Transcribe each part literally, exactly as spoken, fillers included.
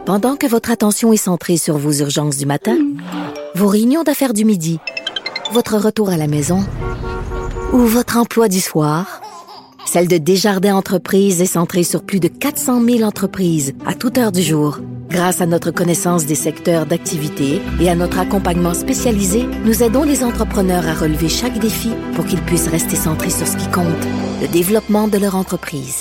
Pendant que votre attention est centrée sur vos urgences du matin, vos réunions d'affaires du midi, votre retour à la maison ou votre emploi du soir, celle de Desjardins Entreprises est centrée sur plus de quatre cent mille entreprises à toute heure du jour. Grâce à notre connaissance des secteurs d'activité et à notre accompagnement spécialisé, nous aidons les entrepreneurs à relever chaque défi pour qu'ils puissent rester centrés sur ce qui compte, le développement de leur entreprise.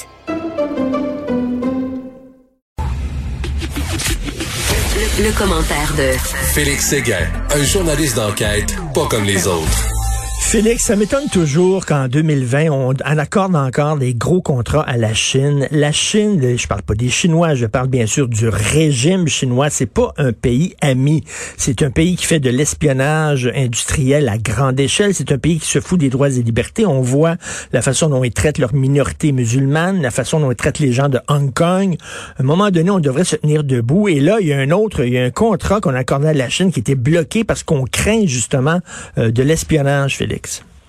Le commentaire de Félix Séguin, un journaliste d'enquête pas comme les autres. Félix, ça m'étonne toujours qu'en deux mille vingt, on, on accorde encore des gros contrats à la Chine. La Chine, je parle pas des Chinois, je parle bien sûr du régime chinois. C'est pas un pays ami. C'est un pays qui fait de l'espionnage industriel à grande échelle. C'est un pays qui se fout des droits et libertés. On voit la façon dont ils traitent leurs minorités musulmanes, la façon dont ils traitent les gens de Hong Kong. À un moment donné, on devrait se tenir debout. Et là, il y a un autre, il y a un contrat qu'on accordait à la Chine qui était bloqué parce qu'on craint justement euh, de l'espionnage, Félix.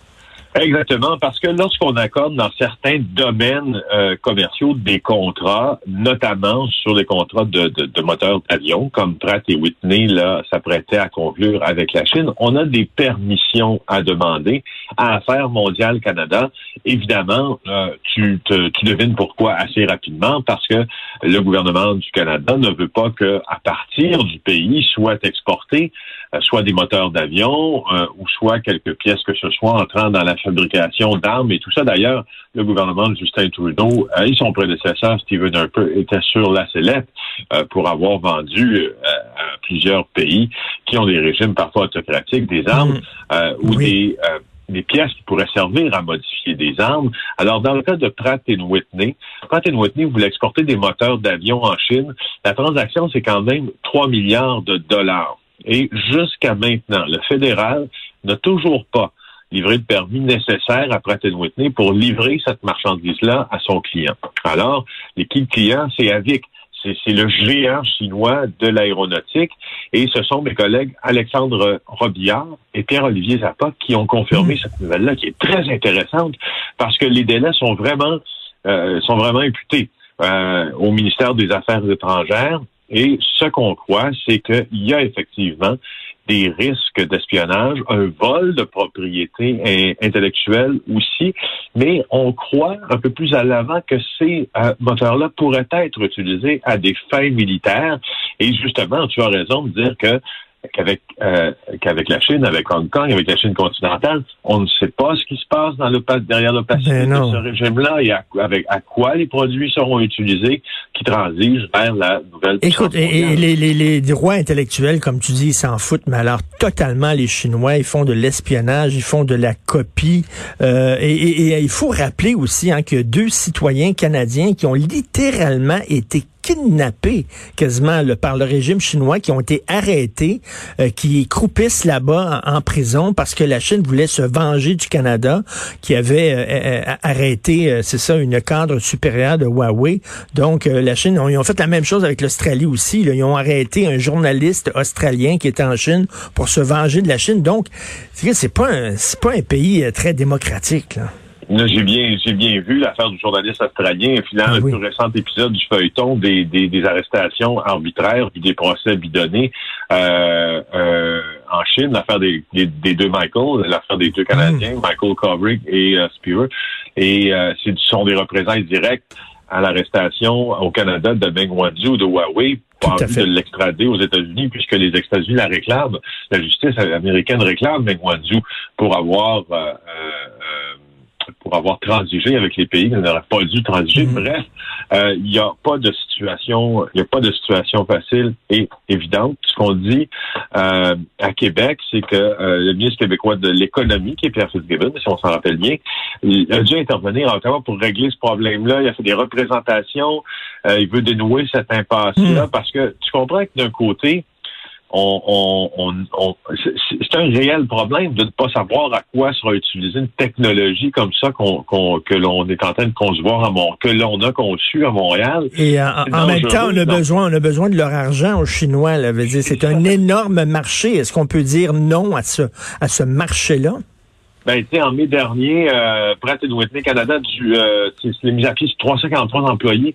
Exactement, parce que lorsqu'on accorde dans certains domaines euh, commerciaux des contrats, notamment sur les contrats de, de, de moteurs d'avion, comme Pratt et Whitney là s'apprêtaient à conclure avec la Chine, on a des permissions à demander à Affaires mondiales Canada. Évidemment, euh, tu, te, tu devines pourquoi assez rapidement, parce que le gouvernement du Canada ne veut pas que, à partir du pays, soient exportés euh, soit des moteurs d'avion euh, ou soit quelques pièces que ce soit entrant dans la fabrication d'armes et tout ça. D'ailleurs, le gouvernement de Justin Trudeau euh, et son prédécesseur Stephen Harper étaient sur la sellette euh, pour avoir vendu euh, à plusieurs pays qui ont des régimes parfois autocratiques des armes euh, ou oui. des euh, des pièces qui pourraient servir à modifier des armes. Alors, dans le cas de Pratt et Whitney, Pratt et Whitney voulait exporter des moteurs d'avion en Chine. La transaction, c'est quand même trois milliards de dollars. Et jusqu'à maintenant, le fédéral n'a toujours pas livré le permis nécessaire à Pratt et Whitney pour livrer cette marchandise-là à son client. Alors, l'équipe client, c'est Avic. C'est, c'est le géant chinois de l'aéronautique. Et ce sont mes collègues Alexandre Robillard et Pierre-Olivier Zappa qui ont confirmé mmh. cette nouvelle-là, qui est très intéressante parce que les délais sont vraiment euh, sont vraiment imputés euh, au ministère des Affaires étrangères. Et ce qu'on croit, c'est qu'il y a effectivement des risques d'espionnage, un vol de propriété intellectuelle aussi, mais on croit un peu plus à l'avant que ces euh, moteurs-là pourraient être utilisés à des fins militaires. Et justement, tu as raison de dire que qu'avec euh, qu'avec la Chine, avec Hong Kong, avec la Chine continentale, on ne sait pas ce qui se passe dans le derrière le Pacifique de ce régime-là et à, avec à quoi les produits seront utilisés qui transigent vers la nouvelle puissance mondiale. Écoute, et, et les, les, les droits intellectuels, comme tu dis, ils s'en foutent, mais alors totalement les Chinois, ils font de l'espionnage, ils font de la copie. Euh, et, et, et il faut rappeler aussi hein, qu'il y a deux citoyens canadiens qui ont littéralement été kidnappés quasiment là, par le régime chinois, qui ont été arrêtés, euh, qui croupissent là-bas en, en prison parce que la Chine voulait se venger du Canada, qui avait euh, euh, arrêté, euh, c'est ça, une cadre supérieure de Huawei. Donc, euh, la Chine, on, ils ont fait la même chose avec l'Australie aussi. Là. Ils ont arrêté un journaliste australien qui était en Chine pour se venger de la Chine. Donc, c'est, c'est pas un, c'est pas un pays euh, très démocratique, là. J'ai bien, j'ai bien vu l'affaire du journaliste australien, finalement, ah, le oui. plus récent épisode du feuilleton des, des, des arrestations arbitraires puis des procès bidonnés euh, euh, en Chine, l'affaire des, des, des deux Michael, l'affaire des deux Canadiens, mm. Michael Kovrig et uh, Spear. Et euh, ce sont des représailles directes à l'arrestation au Canada de Meng Wanzhou de Huawei pour envie de l'extrader aux États-Unis, puisque les États-Unis la réclament. La justice américaine réclame Meng Wanzhou pour avoir euh, euh, pour avoir transigé avec les pays qui n'auraient pas dû transiger. Mmh. Bref, il euh, n'y a pas de situation, il n'y a pas de situation facile et évidente. Ce qu'on dit euh, à Québec, c'est que euh, le ministre québécois de l'économie, qui est Pierre Fitzgibbon, si on s'en rappelle bien, il a dû intervenir encore pour régler ce problème-là. Il a fait des représentations. Euh, il veut dénouer cette impasse-là mmh. parce que tu comprends que d'un côté, On, on, on, on, c'est un réel problème de ne pas savoir à quoi sera utilisée une technologie comme ça qu'on, qu'on, que l'on est en train de concevoir à Montréal, que l'on a conçu à Montréal. Et en, en même temps, on a besoin, on a besoin de leur argent aux Chinois. Là, veut dire, c'est un énorme marché. Est-ce qu'on peut dire non à ce, à ce marché-là? Ben, tu sais, en mai dernier, euh, Pratt et Whitney Canada, du, euh, c'est, c'est mis à pied sur trois cent quarante-trois employés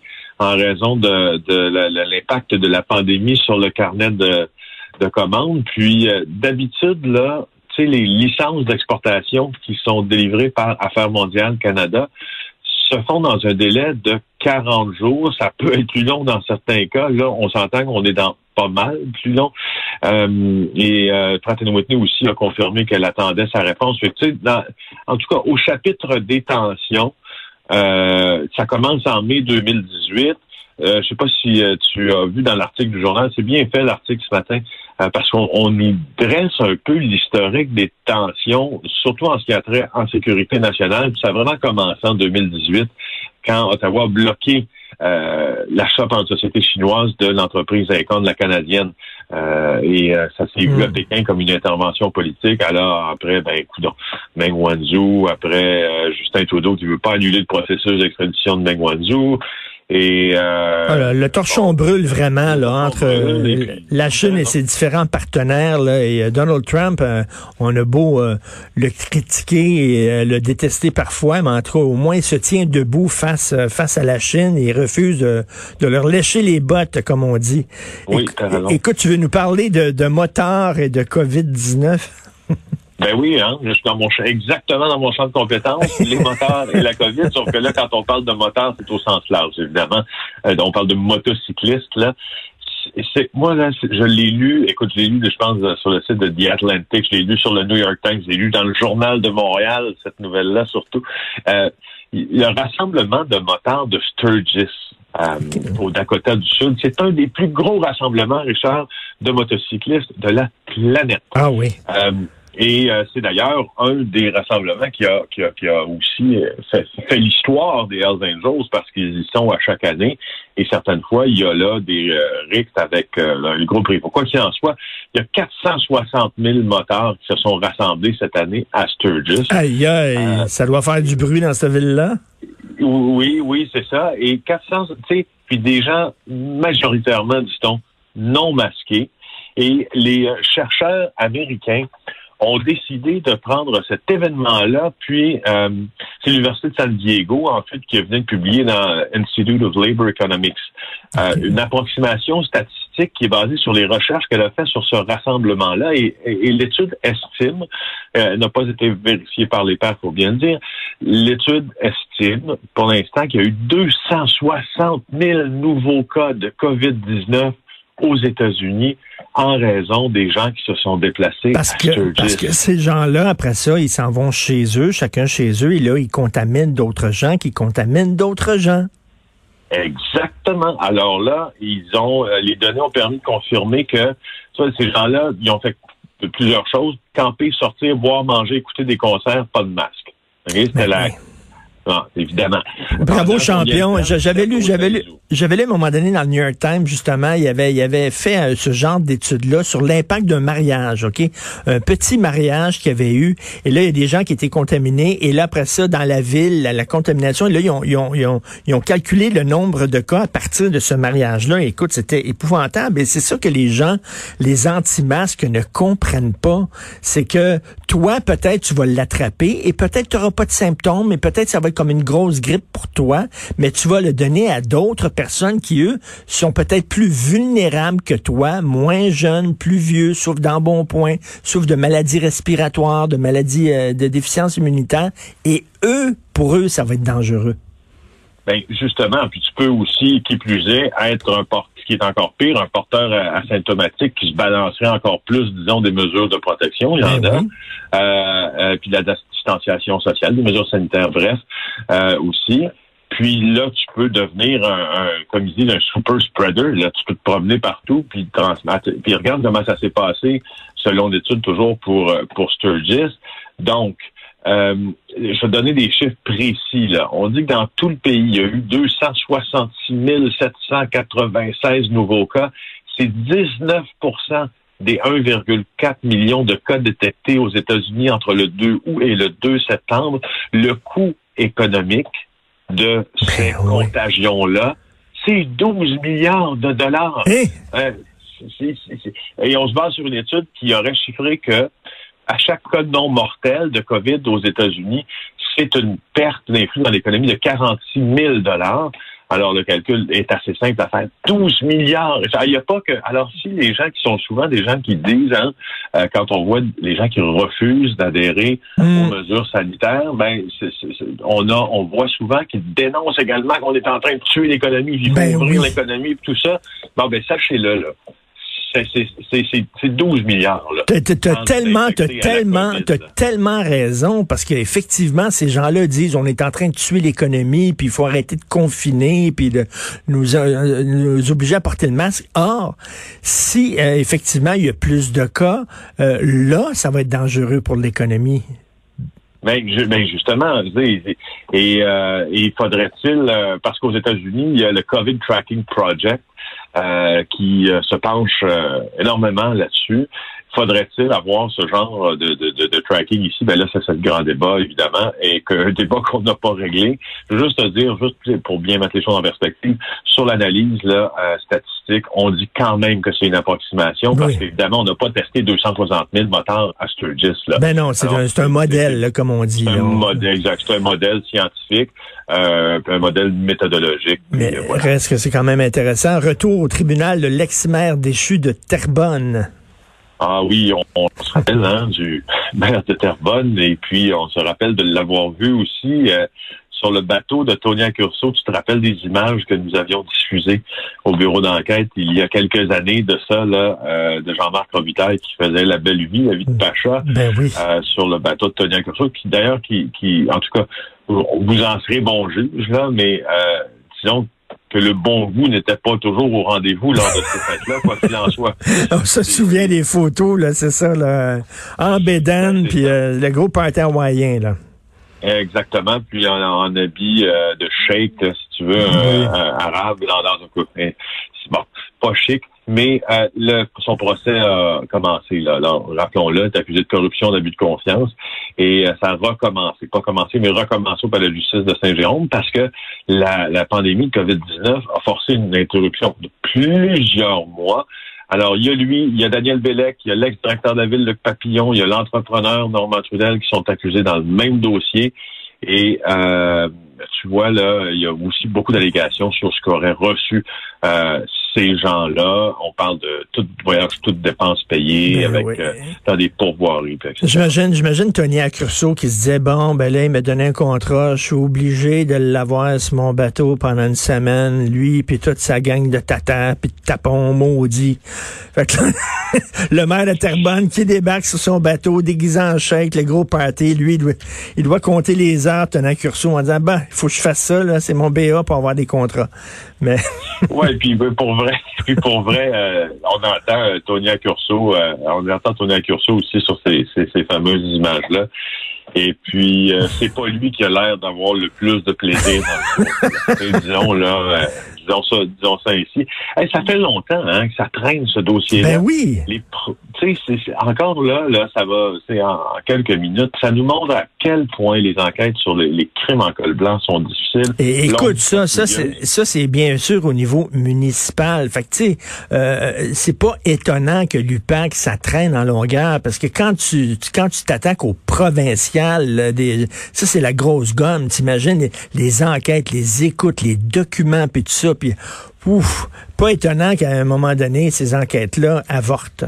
en raison de, de, de l'impact de la pandémie sur le carnet de, de commandes. Puis, euh, d'habitude, là, tu sais, les licences d'exportation qui sont délivrées par Affaires mondiales Canada se font dans un délai de quarante jours. Ça peut être plus long dans certains cas. Là, on s'entend qu'on est dans pas mal plus long. Euh, et euh, Pratt and Whitney aussi a confirmé qu'elle attendait sa réponse. Fait que, tu sais, dans, en tout cas, au chapitre détention, euh, ça commence en mai deux mille dix-huit. Euh, je sais pas si euh, tu as vu dans l'article du journal, c'est bien fait l'article ce matin, euh, parce qu'on on nous dresse un peu l'historique des tensions, surtout en ce qui a trait en sécurité nationale. Puis ça a vraiment commencé en deux mille dix-huit, quand Ottawa a bloqué euh, l'achat par une société chinoise de l'entreprise Aecon, la canadienne. Euh, et euh, ça s'est mmh. vu à Pékin comme une intervention politique. Alors après, ben coudonc, Meng Wanzhou, après euh, Justin Trudeau qui veut pas annuler le processus d'extradition de Meng Wanzhou. Et euh, ah, le torchon bon, brûle vraiment là entre euh, la Chine et ses différents partenaires là, et euh, Donald Trump, euh, on a beau euh, le critiquer et euh, le détester parfois, mais en tout cas au moins il se tient debout face euh, face à la Chine et il refuse de, de leur lécher les bottes comme on dit. Oui, é- écoute, tu veux nous parler de, de motards et de covid dix-neuf? Ben oui, hein, je suis dans mon champ, exactement dans mon champ de compétences, les moteurs et la COVID, sauf que là, quand on parle de moteurs, c'est au sens large, évidemment. Euh, on parle de motocyclistes, là. C'est, c'est, moi, là, c'est, je l'ai lu, écoute, je l'ai lu, je pense, sur le site de The Atlantic, je l'ai lu sur le New York Times, je l'ai lu dans le Journal de Montréal, cette nouvelle-là, surtout. Euh, le rassemblement de motards de Sturgis, euh, au Dakota du Sud, c'est un des plus gros rassemblements, Richard, de motocyclistes de la planète. Ah oui. Euh, Et euh, c'est d'ailleurs un des rassemblements qui a, qui a, qui a aussi fait, fait l'histoire des Hells Angels parce qu'ils y sont à chaque année. Et certaines fois, il y a là des euh, rixes avec euh, le groupe Rivo. Quoi qu'il en soit, il y a quatre cent soixante mille motards qui se sont rassemblés cette année à Sturgis. Aïe, aïe, euh, ça doit faire du bruit dans cette ville-là? Oui, oui, c'est ça. Et quatre cents, tu sais, puis des gens majoritairement, dit-on, non masqués. Et les chercheurs américains ont décidé de prendre cet événement-là, puis euh, c'est l'Université de San Diego, en fait, qui vient de publier dans Institute of Labor Economics euh, une approximation statistique qui est basée sur les recherches qu'elle a fait sur ce rassemblement-là, et, et, et l'étude estime, euh, n'a pas été vérifiée par les pairs, faut bien le dire, l'étude estime, pour l'instant, qu'il y a eu deux cent soixante mille nouveaux cas de covid dix-neuf aux États-Unis en raison des gens qui se sont déplacés parce à que, Sturgis. Parce que ces gens-là, après ça, ils s'en vont chez eux, chacun chez eux, et là, ils contaminent d'autres gens qui contaminent d'autres gens. Exactement. Alors là, ils ont euh, les données ont permis de confirmer que ça, ces gens-là, ils ont fait plusieurs choses. Camper, sortir, boire, manger, écouter des concerts, pas de masque. Okay? C'était la... Non, évidemment. Bravo, champion. J'avais lu, j'avais lu, j'avais lu à un moment donné dans le New York Times, justement, il avait, il avait fait euh, ce genre d'études-là sur l'impact d'un mariage, OK? Un petit mariage qu'il y avait eu. Et là, il y a des gens qui étaient contaminés. Et là, après ça, dans la ville, la, la contamination, et là, ils ont, ils ont, ils ont, ils ont calculé le nombre de cas à partir de ce mariage-là. Écoute, c'était épouvantable. Et c'est ça que les gens, les anti-masques ne comprennent pas. C'est que toi, peut-être, tu vas l'attraper et peut-être tu n'auras pas de symptômes, mais peut-être ça va être comme une grosse grippe pour toi, mais tu vas le donner à d'autres personnes qui, eux, sont peut-être plus vulnérables que toi, moins jeunes, plus vieux, souffrent d'embonpoint, souffrent de maladies respiratoires, de maladies euh, de déficience immunitaire, et eux, pour eux, ça va être dangereux. Ben justement, puis tu peux aussi, qui plus est, être un porteur, ce qui est encore pire, un porteur asymptomatique qui se balancerait encore plus, disons, des mesures de protection, il y en ben a, oui. euh, euh, puis de la distanciation sociale, des mesures sanitaires, bref, euh, aussi. Puis là, tu peux devenir un, un comme ils disent, un super spreader. Là, tu peux te promener partout puis transmettre. Puis regarde comment ça s'est passé, selon l'étude toujours pour pour Sturgis. Donc, Euh, je vais donner des chiffres précis, là. On dit que dans tout le pays, il y a eu deux cent soixante-six mille sept cent quatre-vingt-seize nouveaux cas. C'est dix-neuf pour cent des un virgule quatre million de cas détectés aux États-Unis entre le deux août et le deux septembre. Le coût économique de ces ben oui. contagions-là, c'est douze milliards de dollars. Hey. Euh, c'est, c'est, c'est, et on se base sur une étude qui aurait chiffré que à chaque cas non mortel de COVID aux États-Unis, c'est une perte d'influx dans l'économie de quarante-six mille dollars. Alors, le calcul est assez simple à faire. douze milliards! Il n'y a pas que... Alors, si les gens qui sont souvent des gens qui disent, hein, euh, quand on voit les gens qui refusent d'adhérer mmh. aux mesures sanitaires, ben, c'est, c'est, c'est, on a, on voit souvent qu'ils dénoncent également qu'on est en train de tuer l'économie, il faut ben ouvrir oui. l'économie, tout ça. Bon, ben, sachez-le, là. C'est, c'est, c'est, c'est, c'est douze milliards. Là. T'as, t'as, t'as tellement, t'as tellement, t'as tellement raison, parce qu'effectivement, ces gens-là disent on est en train de tuer l'économie, puis il faut arrêter de confiner, puis de nous, euh, nous obliger à porter le masque. Or, si euh, effectivement il y a plus de cas, euh, là, ça va être dangereux pour l'économie. Ben, je, ben justement, et, et, euh, et faudrait-il, euh, parce qu'aux États-Unis, il y a le COVID Tracking Project, Euh, qui euh, se penche euh, énormément là-dessus. Faudrait-il avoir ce genre de, de, de, de tracking ici? Ben là, c'est le grand débat, évidemment, et qu'un débat qu'on n'a pas réglé. Je veux juste te dire, juste pour bien mettre les choses en perspective, sur l'analyse là euh, statistique, on dit quand même que c'est une approximation, oui. parce qu'évidemment, on n'a pas testé deux cent soixante mille moteurs à Sturgis. Là. Ben non, c'est, Alors, un, c'est un modèle, là, comme on dit. C'est un là. modèle, exact. C'est un modèle scientifique, euh, un modèle méthodologique. Mais et, voilà. Reste que c'est quand même intéressant. Retour au tribunal de l'ex-maire déchu de Terrebonne. Ah oui, on, on se rappelle hein, du maire de Terrebonne et puis on se rappelle de l'avoir vu aussi euh, sur le bateau de Tony Accurso. Tu te rappelles des images que nous avions diffusées au bureau d'enquête il y a quelques années de ça, là, euh, de Jean-Marc Robitaille qui faisait la belle vie, la vie de Pacha, ben oui. euh, sur le bateau de Tony Accurso, qui d'ailleurs, qui, qui, en tout cas, vous en serez bon juge, là, mais euh, disons que le bon goût n'était pas toujours au rendez-vous lors de ces fêtes-là, quoi qu'il en soit. On se souvient des photos, là, c'est ça, là, en bédane, puis euh, le gros party hawaïen, là. Exactement, puis en, en habit euh, de sheik, si tu veux, oui. euh, euh, arabe, dans, dans un coup. C'est bon, pas chic, mais euh, le, son procès a commencé, là. Alors, rappelons-le, est accusé de corruption, d'abus de confiance, et euh, ça a recommencé, pas commencé, mais recommencé au palais de justice de Saint-Jérôme, parce que la, la pandémie de covid dix-neuf a forcé une interruption de plusieurs mois. Alors, il y a lui, il y a Daniel Bellec, il y a l'ex-directeur de la ville, Luc Papillon, il y a l'entrepreneur Normand Trudel qui sont accusés dans le même dossier. Et euh, tu vois, là, il y a aussi beaucoup d'allégations sur ce qu'auraient reçu euh, ces gens-là. On parle de tout voyage, toutes dépenses payées, ben avec oui. euh, dans des pourvoiries. J'imagine, j'imagine Tony Accurso qui se disait, bon, ben là, il m'a donné un contrat, je suis obligé de l'avoir sur mon bateau pendant une semaine, lui, puis toute sa gang de tatas, puis de tapons maudits. Fait que là, le maire de Terrebonne qui débarque sur son bateau, déguisé en chèque, le gros party, lui, il doit, il doit compter les heures, Tony Accurso, en disant, ben, il faut que je fasse ça, là, c'est mon B A pour avoir des contrats. Mais... ouais, puis pour vrai, puis pour vrai, euh, on entend euh, Tony Accurso, euh, on entend Tony Accurso aussi sur ces, ces, ces fameuses images-là. Et puis, euh, c'est pas lui qui a l'air d'avoir le plus de plaisir dans le disons là, euh, disons ça, disons ça ici. Hey, ça fait longtemps hein, que ça traîne ce dossier-là. Ben oui. Les pro- tu sais, c'est, c'est, encore là, là, ça va, c'est en, en quelques minutes. Ça nous montre à quel point les enquêtes sur les, les crimes en col blanc sont difficiles. Et écoute, ça, ça, c'est, ça, c'est bien sûr au niveau municipal. Fait que tu sais, euh, c'est pas étonnant que l'U P A C ça traîne en longueur, parce que quand tu, quand tu t'attaques au provincial, là, des, ça c'est la grosse gomme. T'imagines les, les enquêtes, les écoutes, les documents, puis tout ça, puis ouf, pas étonnant qu'à un moment donné ces enquêtes-là avortent.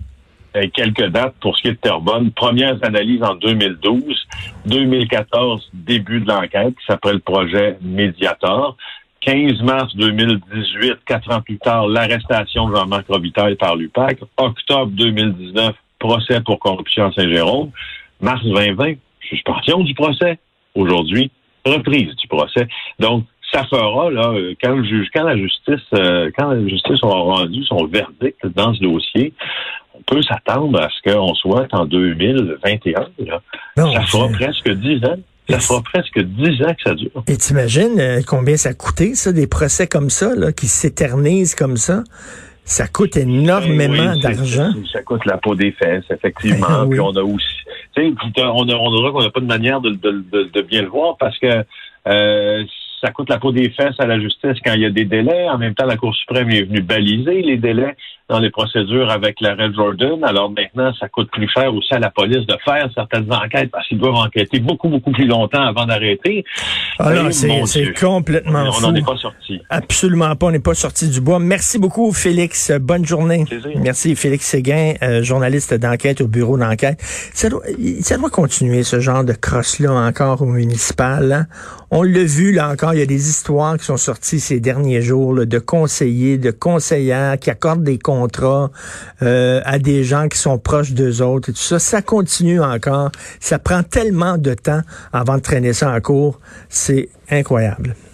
Quelques dates pour ce qui est de Terrebonne. Premières analyses en deux mille douze. deux mille quatorze, début de l'enquête qui s'appelle le projet Mediator. quinze mars deux mille dix-huit, quatre ans plus tard, l'arrestation de Jean-Marc Robitaille par l'U P A C. Octobre deux mille dix-neuf, procès pour corruption à Saint-Jérôme. Mars vingt vingt, suspension du procès. Aujourd'hui, reprise du procès. Donc, ça fera, là, quand le juge, quand la justice, euh, quand la justice aura rendu son verdict dans ce dossier, on peut s'attendre à ce qu'on soit en deux mille vingt et un. Là. Non, ça fera c'est... presque dix ans. Ça fera presque dix ans que ça dure. Et t'imagines euh, combien ça a coûté, ça, des procès comme ça, là, qui s'éternisent comme ça? Ça coûte énormément oui, d'argent. Ça coûte la peau des fesses, effectivement. oui. Puis on a aussi, tu sais, on a, on aura qu'on n'a pas de manière de, de, de, de bien le voir parce que euh, ça coûte la peau des fesses à la justice quand il y a des délais. En même temps, la Cour suprême est venue baliser les délais dans les procédures avec l'arrêt Jordan. Alors maintenant, ça coûte plus cher aussi à la police de faire certaines enquêtes parce qu'ils doivent enquêter beaucoup, beaucoup plus longtemps avant d'arrêter. Ah non, c'est, c'est complètement on, fou. On n'en est pas sorti. Absolument pas, on n'est pas sorti du bois. Merci beaucoup, Félix. Bonne journée. Plaisir. Merci, Félix Séguin, euh, journaliste d'enquête au bureau d'enquête. Ça doit, ça doit continuer, ce genre de crosse-là, encore au municipal. Hein? On l'a vu, là encore, il y a des histoires qui sont sorties ces derniers jours là, de conseillers, de conseillères qui accordent des contrats euh, à des gens qui sont proches d'eux autres et tout ça. Ça continue encore. Ça prend tellement de temps avant de traîner ça en cours. C'est incroyable.